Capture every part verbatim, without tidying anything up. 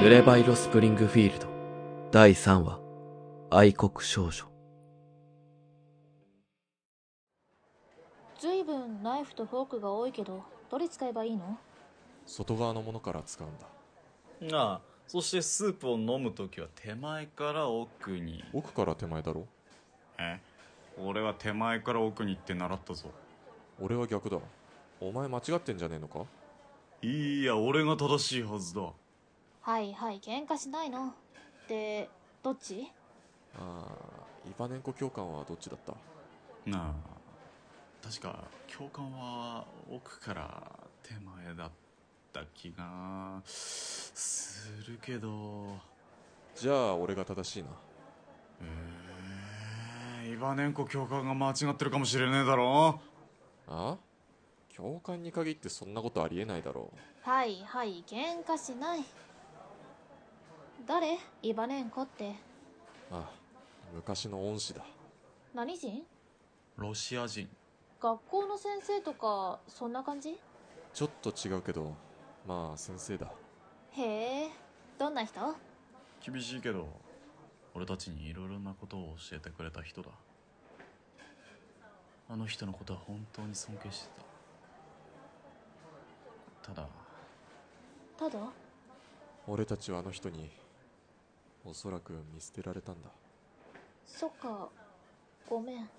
濡れば色スプリングフィールドだいさんわ愛国少女。 ずいぶんナイフとフォークが多いけど、どれ使えばいいの？ 外側のものから使うんだ。 ああ、そしてスープを飲むときは手前から奥に。 奥から手前だろ。 え？俺は手前から奥にって習ったぞ。 俺は逆だ。お前間違ってんじゃねえのか？ いや、俺が正しいはずだ。 はいはい、喧嘩しないの。で、どっち？ ああ、イバネンコ教官はどっちだった？ なあ、確か教官は奥から手前だった気がするけど。 じゃあ俺が正しいな。 えー、イバネンコ教官が間違ってるかもしれねえだろ。 あ？教官に限ってそんなことありえないだろう。はいはい、喧嘩しない。誰？イバネンコって。 ああ、昔の恩師だ。 何人？ ロシア人。 学校の先生とかそんな感じ？ ちょっと違うけど、まあ先生だ。 へえ、どんな人？ 厳しいけど俺たちにいろいろなことを教えてくれた人だ。あの人のことは本当に尊敬してた。ただただ俺たちはあの人におそらく見捨てられたんだ。 そっか、ごめん。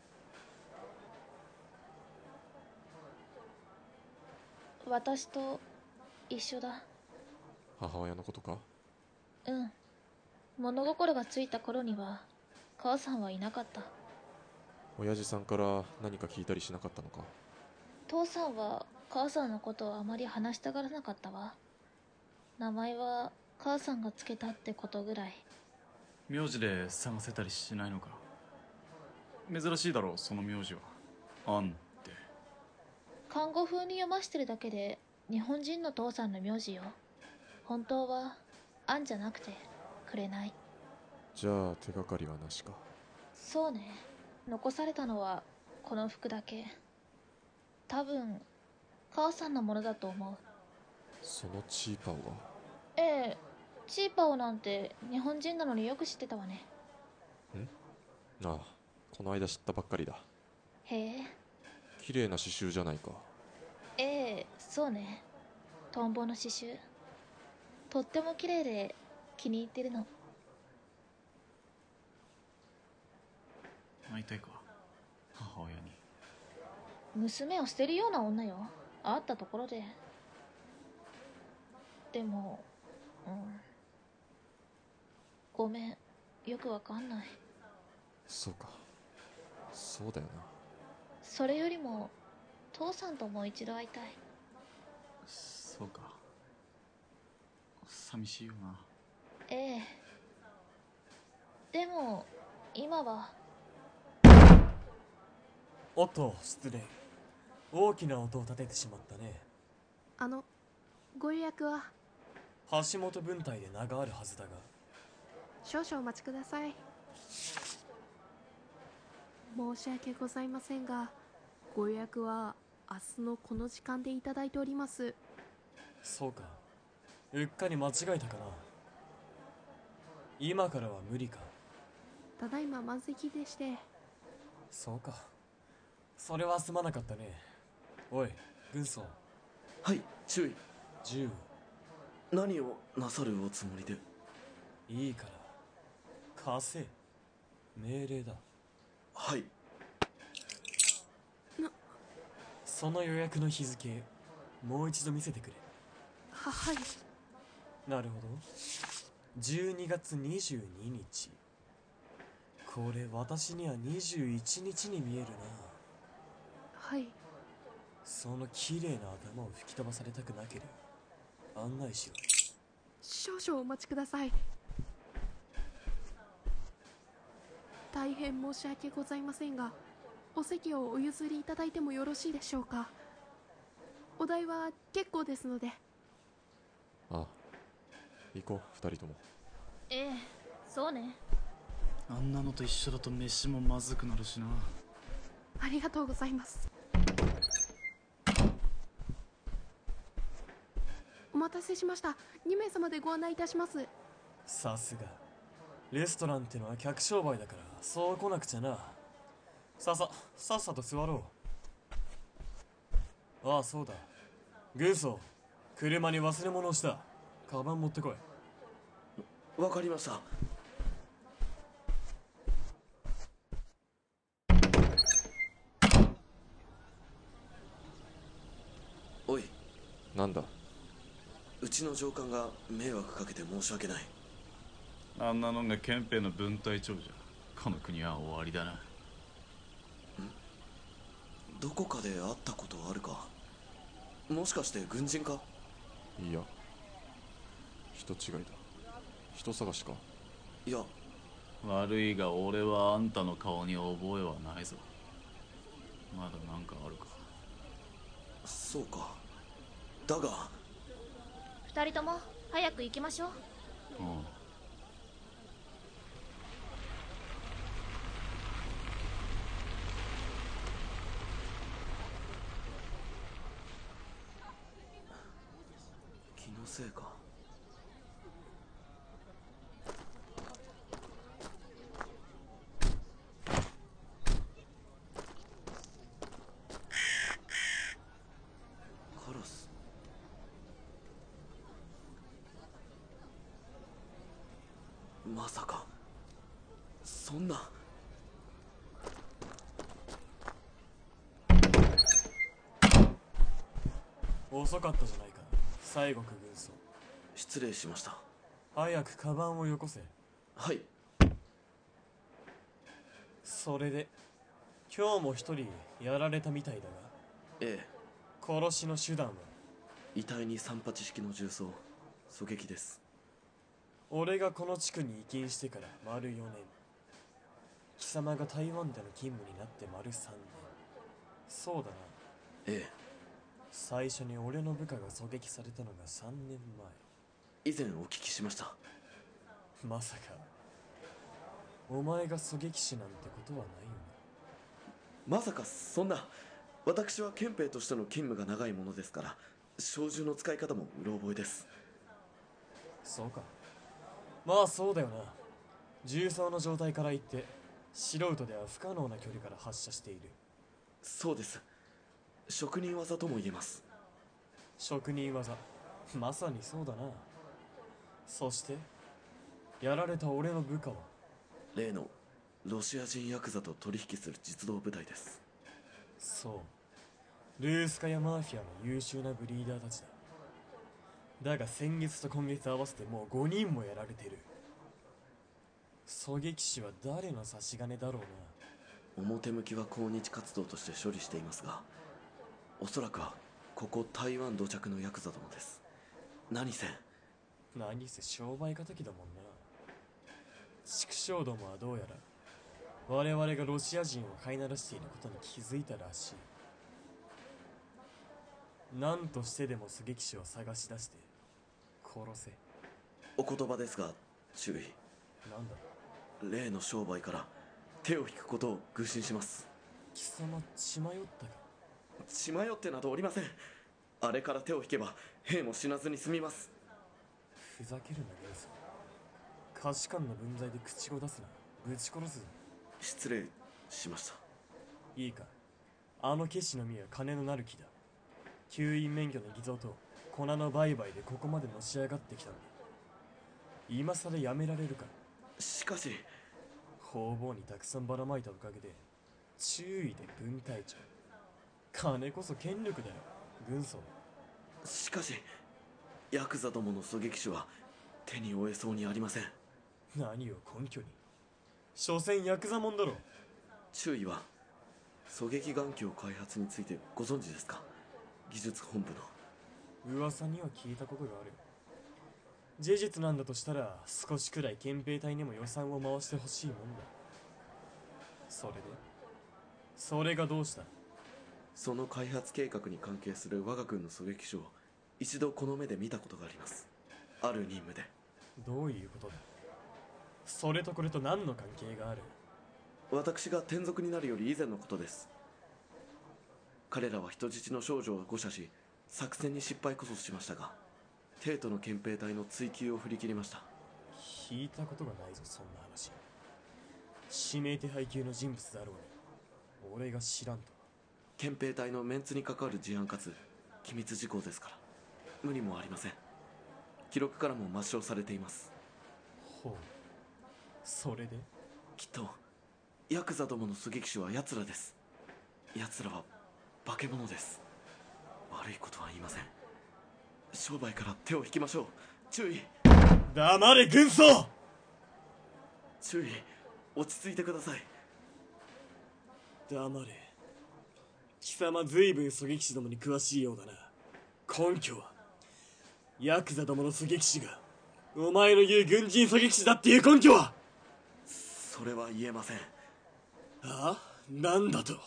私と一緒だ。 母親のことか？ うん。物心がついた頃には母さんはいなかった。 親父さんから何か聞いたりしなかったのか？ 父さんは母さんのことをあまり話したがらなかったわ。名前は母さんがつけたってことぐらい。 名字で探せたりしないのか？珍しいだろその名字は。アンって。 看護風に読ましてるだけで日本人の父さんの名字よ。本当はアンじゃなくてくれない。 じゃあ手がかりはなしか。 そうね。残されたのはこの服だけ。多分母さんのものだと思う。 そのチーパオが？ ええ、チーパオなんて日本人なのによく知ってたわね。 ん？ああ、この間知ったばっかりだ。 へえ。 綺麗な刺繍じゃないか。 ええ、そうね。トンボの刺繍。とっても綺麗で気に入ってるの。 会いたいか母親に。 娘を捨てるような女よ。会ったところで。でも、うん。ごめん、よくわかんない。 そうか、そうだよな。 それよりも父さんともう一度会いたい。 そうか、寂しいよな。 ええ。でも今は。 おっと、失礼。大きな音を立ててしまったね。 あの、ご予約は？ 橋本分隊で名があるはずだが。 少々お待ちください。申し訳ございませんが、ご予約は明日のこの時間でいただいております。 そうか、うっかり間違えたかな。今からは無理か？ ただいま満席でして。 そうか、それはすまなかったね。おい、軍曹。 はい、注意。 銃を。 何をなさるおつもりで？ いいから貸せ。命令だ。 はい。 なその予約の日付もう一度見せてくれ。 は、はい。 なるほど、じゅうにがつにじゅうににち。これ私にはにじゅういちにちに見えるな。 はい。 その綺麗な頭を吹き飛ばされたくなければ案内しろ。 少々お待ちください。大変申し訳ございませんが、お席をお譲りいただいてもよろしいでしょうか？お代は結構ですので。 ああ、行こう二人とも。 ええ、そうね。 あんなのと一緒だと飯もまずくなるしな。 ありがとうございます。お待たせしました。にめい様でご案内いたします。 さすがレストランってのは客商売だからそう来なくちゃな。さささっさと座ろう。ああそうだ、軍曹、車に忘れ物をした。カバン持ってこい。 わかりました。おい、 なんだ。 うちの上官が迷惑かけて申し訳ない。 あんなのが憲兵の分隊長じゃこの国は終わりだな。 どこかで会ったことあるか。もしかして軍人か。 いや、人違いだ。人探しか。 いや、 悪いが俺はあんたの顔に覚えはないぞ。まだなんかあるか。 そうか。だが二人とも早く行きましょう。 うん気のせいか。カラス。まさかそんな。 遅かったじゃないか西国軍曹。 失礼しました。 早くカバンをよこせ。 はい。 それで今日も一人やられたみたいだが、 ええ、 殺しの手段は。 遺体に三八式の銃創、狙撃です。 俺がこの地区に移勤してから丸よねん、貴様が台湾での勤務になって丸さんねん。そうだな。 ええ、 最初に俺の部下が狙撃されたのがさんねんま以前お聞きしました。 え。まさかお前が狙撃手なんてことはないよまさかそんな。私は憲兵としての勤務が長いものですから、小銃の使い方もうろ覚えです。 な。そうか。まあそうだよな。銃創の状態から言って素人では不可能な距離から発射している。 そうです。職人技とも言えます。 職人技、まさにそうだな。そしてやられた俺の部下は例のロシア人ヤクザと取引する実動部隊です。 そうルースカやマーフィアの優秀なブリーダーたちだ。だが先月と今月合わせてもうごにんもやられてる。狙撃手は誰の差し金だろうな。 表向きは抗日活動として処理していますが、おそらくはここ台湾土着のヤクザどもです。何せ何せ商売敵だもんな。畜生どもはどうやら我々がロシア人を飼いならしていることに気づいたらしい。何としてでも狙撃手を探し出して殺せ。 お言葉ですが注意。 なんだ。 例の商売から手を引くことを愚心します。 貴様血迷ったか。 血迷ってなどおりません。あれから手を引けば兵も死なずに済みます。 ふざけるなゲイソ。価値観の分際で口を出すな。ぶち殺すぞ。 失礼しました。 いいか、あのケシの実は金のなる木だ。吸引免許の偽造と粉の売買でここまでのし上がってきたんだ。今さらやめられるか。 しかし方々にたくさんばらまいたおかげで注意で分隊長。金こそ権力だよ軍曹。 しかしヤクザどもの狙撃手は手に負えそうにありません。 何を根拠に。所詮ヤクザもんだろ。 注意は狙撃眼鏡開発についてご存知ですか。技術本部の。 噂には聞いたことがある。事実なんだとしたら少しくらい憲兵隊にも予算を回してほしいもんだ。それでそれがどうした。 その開発計画に関係する我が軍の狙撃手を一度この目で見たことがあります。ある任務で。 どういうことだ。それとこれと何の関係がある。 私が転属になるより以前のことです。彼らは人質の少女を誤射し作戦に失敗こそしましたが、 帝都の憲兵隊の追及を振り切りました。 聞いたことがないぞ、そんな話。指名手配級の人物だろうに俺が知らんとは。 憲兵隊のメンツに関わる事案かつ機密事項ですから無理もありません。記録からも抹消されています。 ほう、それできっとヤクザどもの狙撃手は奴らです。奴らは化け物です。悪いことは言いません。商売から手を引きましょう。注意。 黙れ軍曹。 注意。落ち着いてください。 黙れ。貴様ずいぶん狙撃手どもに詳しいようだな。根拠はヤクザどもの狙撃手がお前の言う軍人狙撃手だっていう根拠は。 それは言えません。 ああ、なんだと。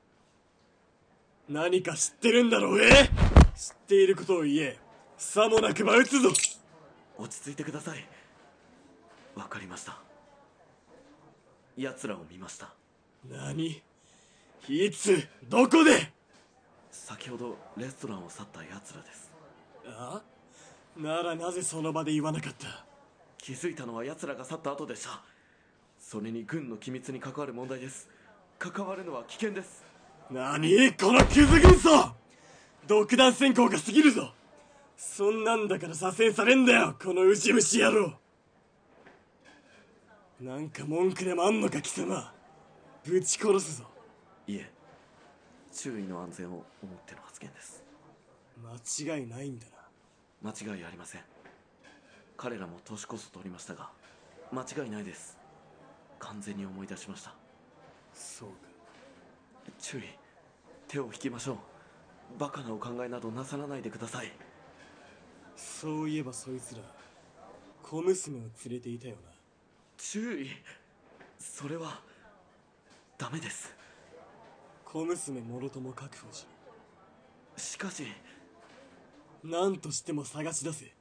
何か知ってるんだろう。え知っていることを言え。さもなくば撃つぞ。 落ち着いてください。わかりました。奴らを見ました。 何？いつどこで？ 先ほどレストランを去った奴らです。 あ？ならなぜその場で言わなかった？ 気づいたのは奴らが去った後でした。それに軍の機密に関わる問題です。関わるのは危険です。 何？このクズ軍曹！独断専行が過ぎるぞ。そんなんだから左遷されんだよ、このウジ虫野郎。なんか文句でもあんのか貴様。ぶち殺すぞ。 いえ、周囲の安全を思っての発言です。 間違いないんだな。間違いありません。彼らも年こそ取りましたが間違いないです。完全に思い出しました。 そうか。 注意。手を引きましょう。バカなお考えなどなさらないでください。 そういえばそいつら小娘を連れていたよな。 注意。それはダメです。 小娘もろとも確保しろ。しかし何としても探し出せ。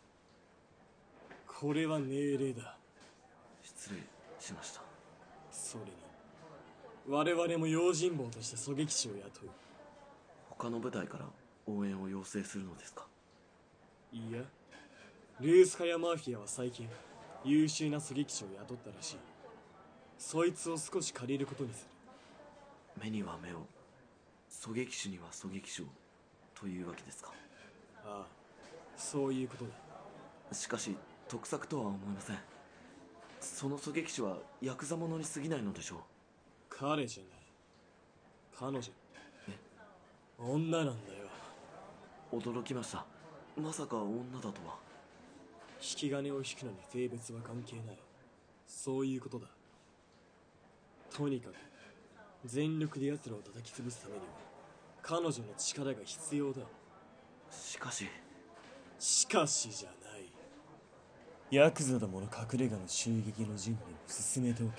これは命令だ。 失礼しました。 それに我々も用心棒として狙撃手を雇う。 他の部隊から応援を要請するのですか？ いや、ルースカヤマーフィアは最近優秀な狙撃手を雇ったらしい。そいつを少し借りることにする。 目には目を、狙撃手には狙撃手をというわけですか？ ああ、そういうことだ。 しかし得策とは思えません。その狙撃手はヤクザ者に過ぎないのでしょう。 彼じゃない、彼女。 え？ 女なんだよ。 驚きました。まさか女だとは。 引き金を引くのに性別は関係ない。そういうことだ。とにかく全力で奴らを叩き潰すためには彼女の力が必要だ。 しかししかしじゃない。ヤクザどもの隠れ家の襲撃の準備を進めておけ。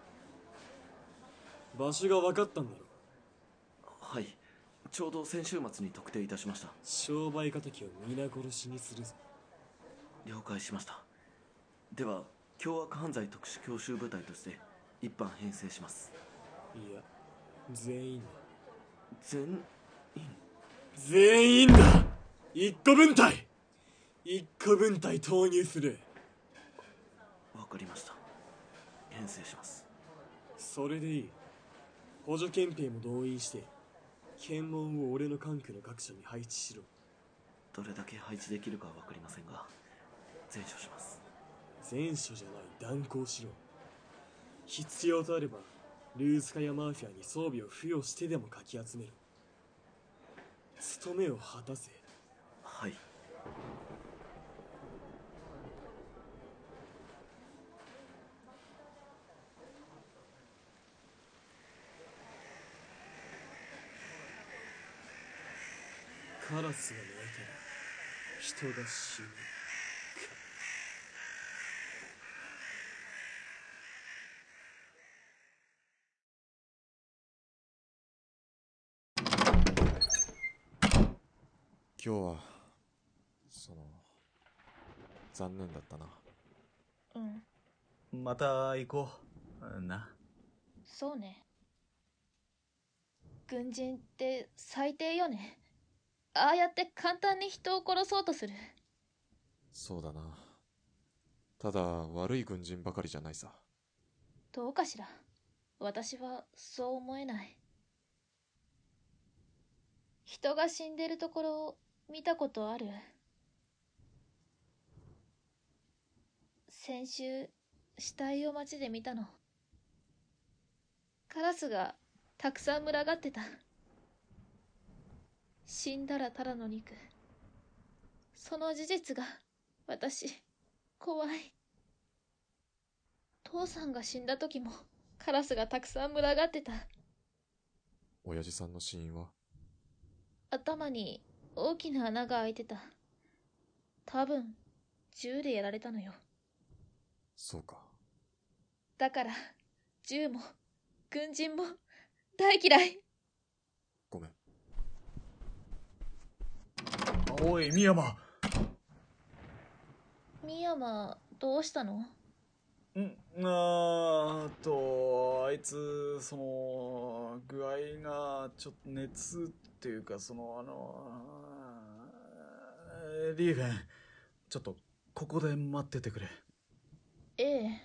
場所が分かったんだろう。はい、ちょうど先週末に特定いたしました。 商売敵を皆殺しにするぞ。 了解しました。では凶悪犯罪特殊強襲部隊として一班編成します。 いや、全員だ。 全員？ 全員だ。一個分隊一個分隊投入する。 わかりました。編成します。 それでいい。補助憲兵も動員して検問を俺の管区の各所に配置しろ。 どれだけ配置できるかはわかりませんが全処します。 全処じゃない、断行しろ。必要とあればルースカやマーフィアに装備を付与してでもかき集めろ。務めを果たせ。 はい。 カラスが鳴いたら人が死ぬ。 今日はその残念だったな。 うんまた行こうな。 そうね。軍人って最低よね。ああやって簡単に人を殺そうとする。 そうだな。ただ悪い軍人ばかりじゃないさ。 どうかしら。私はそう思えない。人が死んでるところを見たことある？先週死体を街で見たの。カラスがたくさん群がってた。死んだらただの肉。その事実が私怖い。父さんが死んだ時もカラスがたくさん群がってた。 親父さんの死因は？ 頭に大きな穴が開いてた。多分銃でやられたのよ。 そうか。 だから銃も軍人も大嫌い。 ごめん。 おい、深山。 深山、どうしたの？ んあーっと、あいつ、その、具合が、ちょっと熱っていうか、その、あの、リーフェン、ちょっと、ここで待っててくれ。 ええ。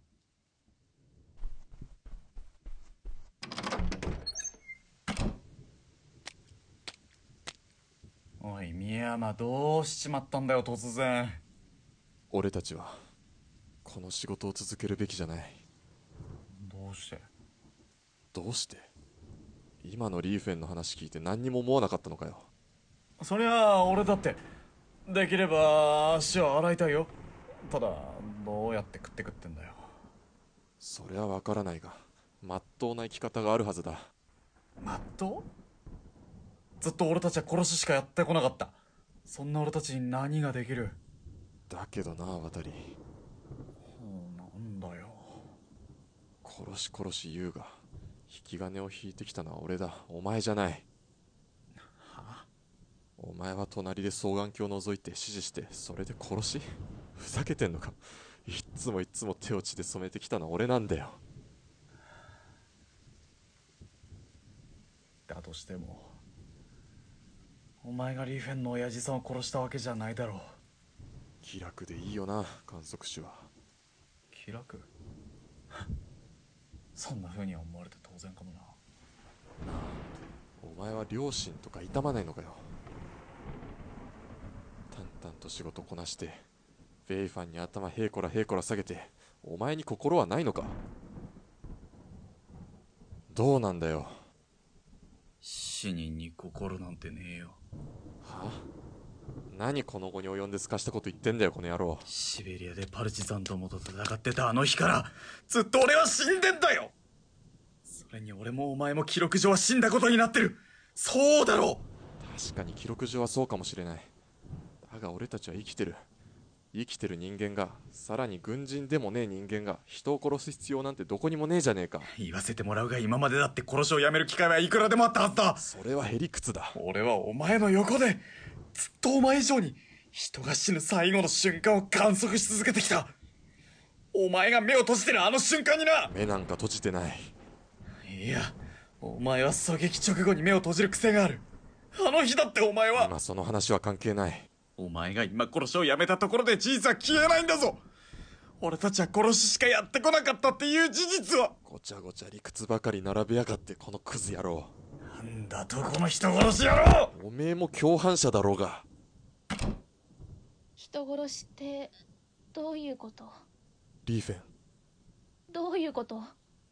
おい、深山、どうしちまったんだよ、突然。 俺たちはこの仕事を続けるべきじゃない。 どうして？ どうして？今のリーフェンの話聞いて何にも思わなかったのかよ。 そりゃあ、俺だって、できれば足を洗いたいよ。ただ、どうやって食ってくってんだよ。 それはわからないが、まっとうな生き方があるはずだ。 まっとう？ずっと俺たちは殺ししかやってこなかった。そんな俺たちに何ができる？ だけどな、渡り。 なんだよ。 殺し殺し言うが、引き金を引いてきたのは俺だ、お前じゃない。 は？ お前は隣で双眼鏡を覗いて指示して、それで殺し？ふざけてんのか。いっつもいっつも手を血で染めてきたのは俺なんだよ。 だとしても、お前がリーフェンの親父さんを殺したわけじゃないだろう。 気楽でいいよな、観測士は。 気楽？そんな風に思われて当然かもな。 お前は両親とか痛まないのかよ。淡々と仕事こなしてフェイファンに頭へいこらへいこら下げて、お前に心はないのか。どうなんだよ。 死人に心なんてねえよ。 は？何この後に及んですかしたこと言ってんだよ、この野郎。 シベリアでパルチザンどもと戦ってたあの日からずっと俺は死んでんだよ。それに俺もお前も記録上は死んだことになってる。そうだろう。 確かに記録上はそうかもしれない。だが俺たちは生きてる。生きてる人間が、さらに軍人でもねえ人間が人を殺す必要なんてどこにもねえじゃねえか。 言わせてもらうが、今までだって殺しをやめる機会はいくらでもあったはずだ。 それはへりくつだ。 俺はお前の横でずっとお前以上に人が死ぬ最後の瞬間を観測し続けてきた。お前が目を閉じてるあの瞬間にな。 目なんか閉じてない。 いや、お前は狙撃直後に目を閉じる癖がある。あの日だってお前は。 今その話は関係ない。 お前が今殺しをやめたところで事実は消えないんだぞ。俺たちは殺ししかやってこなかったっていう事実は。 ごちゃごちゃ理屈ばかり並べやがって、このクズ野郎。 なんだとこの人殺し野郎。 おめえも共犯者だろうが。 人殺しってどういうこと？ リーフェン。 どういうこと？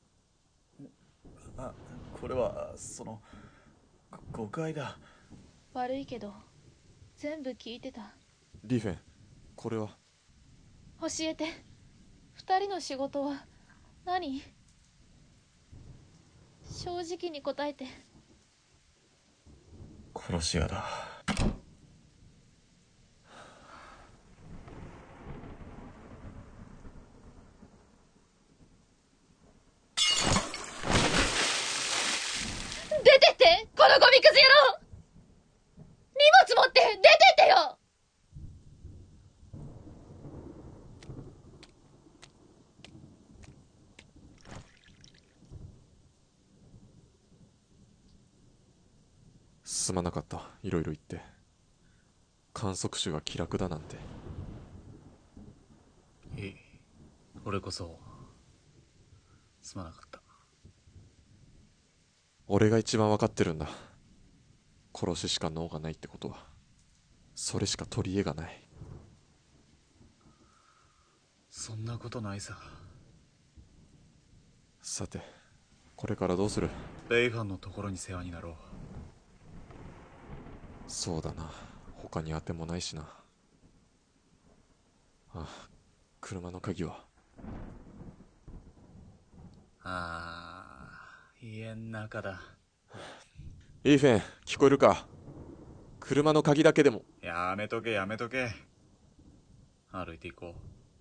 あ、これはその誤解だ。 悪いけど全部聞いてた。 リーフェン、これは。 教えて。二人の仕事は何？正直に答えて。 殺し屋だ。 出てって、このゴミくず野郎！荷物持って出てってよ！ すまなかった、いろいろ言って。観測手が気楽だなんて。 俺こそすまなかった。 俺が一番わかってるんだ。殺ししか能がないってことは。それしか取り柄がない。 そんなことないさ。 さて、これからどうする？ レイファンのところに世話になろう。 そうだな。他に当てもないしな。あ、車の鍵は？ ああ、家ん中だ。 イーフェン、聞こえるか？車の鍵だけでも。 やめとけやめとけ。歩いていこう。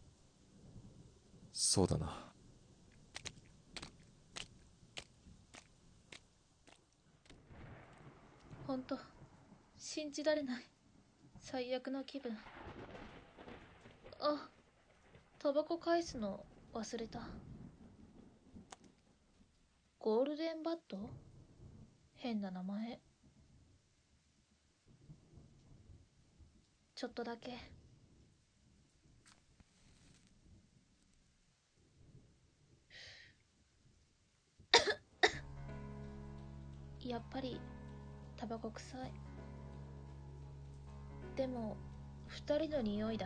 そうだな。 ほんと信じられない。最悪の気分。あ、タバコ返すの忘れた。ゴールデンバット？変な名前。ちょっとだけ。やっぱりタバコ臭い。でも二人の匂いだ。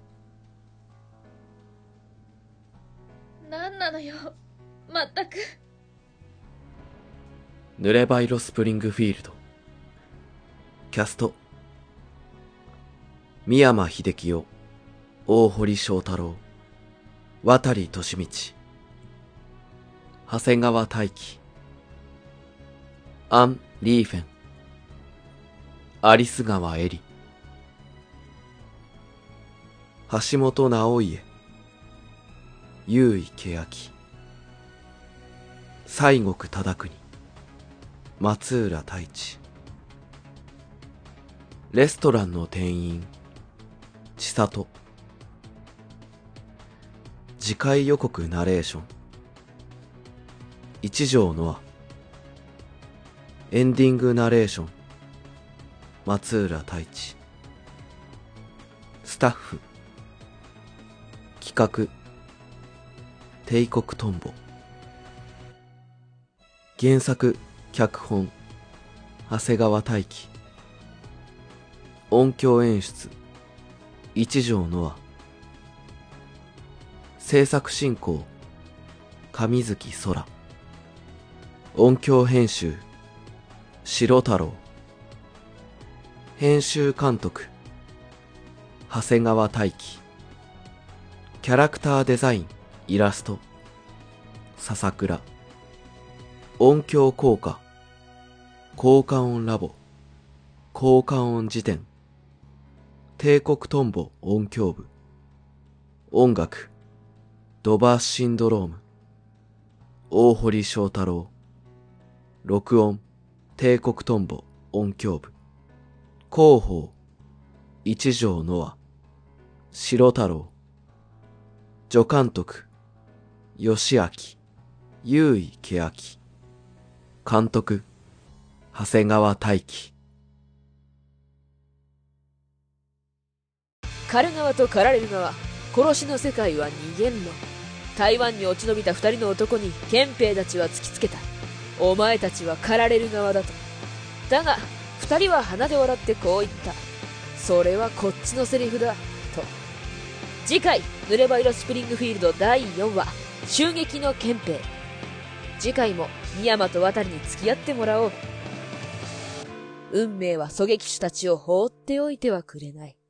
なんなのよ、まったく。 濡れば色スプリングフィールド。キャスト三山秀樹、大堀章太郎、渡利利道、長谷川大輝、アン・リーフェン、有栖川エリ、橋本直家、優位欅、西国忠国、松浦太一。レストランの店員千里。次回予告ナレーション一条ノア。エンディングナレーション松浦太一。スタッフ企画帝国トンボ。原作脚本長谷川大輝。音響演出一条ノア。制作進行上月空。音響編集白太郎。編集監督長谷川大輝。キャラクターデザインイラスト笹倉。音響効果効果音ラボ効果音辞典帝国トンボ音響部。音楽ドバーシンドローム大堀章太郎。録音帝国トンボ音響部。広報一条ノア白太郎。助監督吉明優位欅。監督長谷川大輝。 狩る側と狩られる側、殺しの世界は二元論。台湾に落ち延びた二人の男に憲兵たちは突きつけた。お前たちは狩られる側だと。だが二人は鼻で笑ってこう言った。それはこっちのセリフだと。次回濡れば色スプリングフィールドだいよんわ襲撃の憲兵。次回も深山と渡に付き合ってもらおう。運命は狙撃手たちを放っておいてはくれない。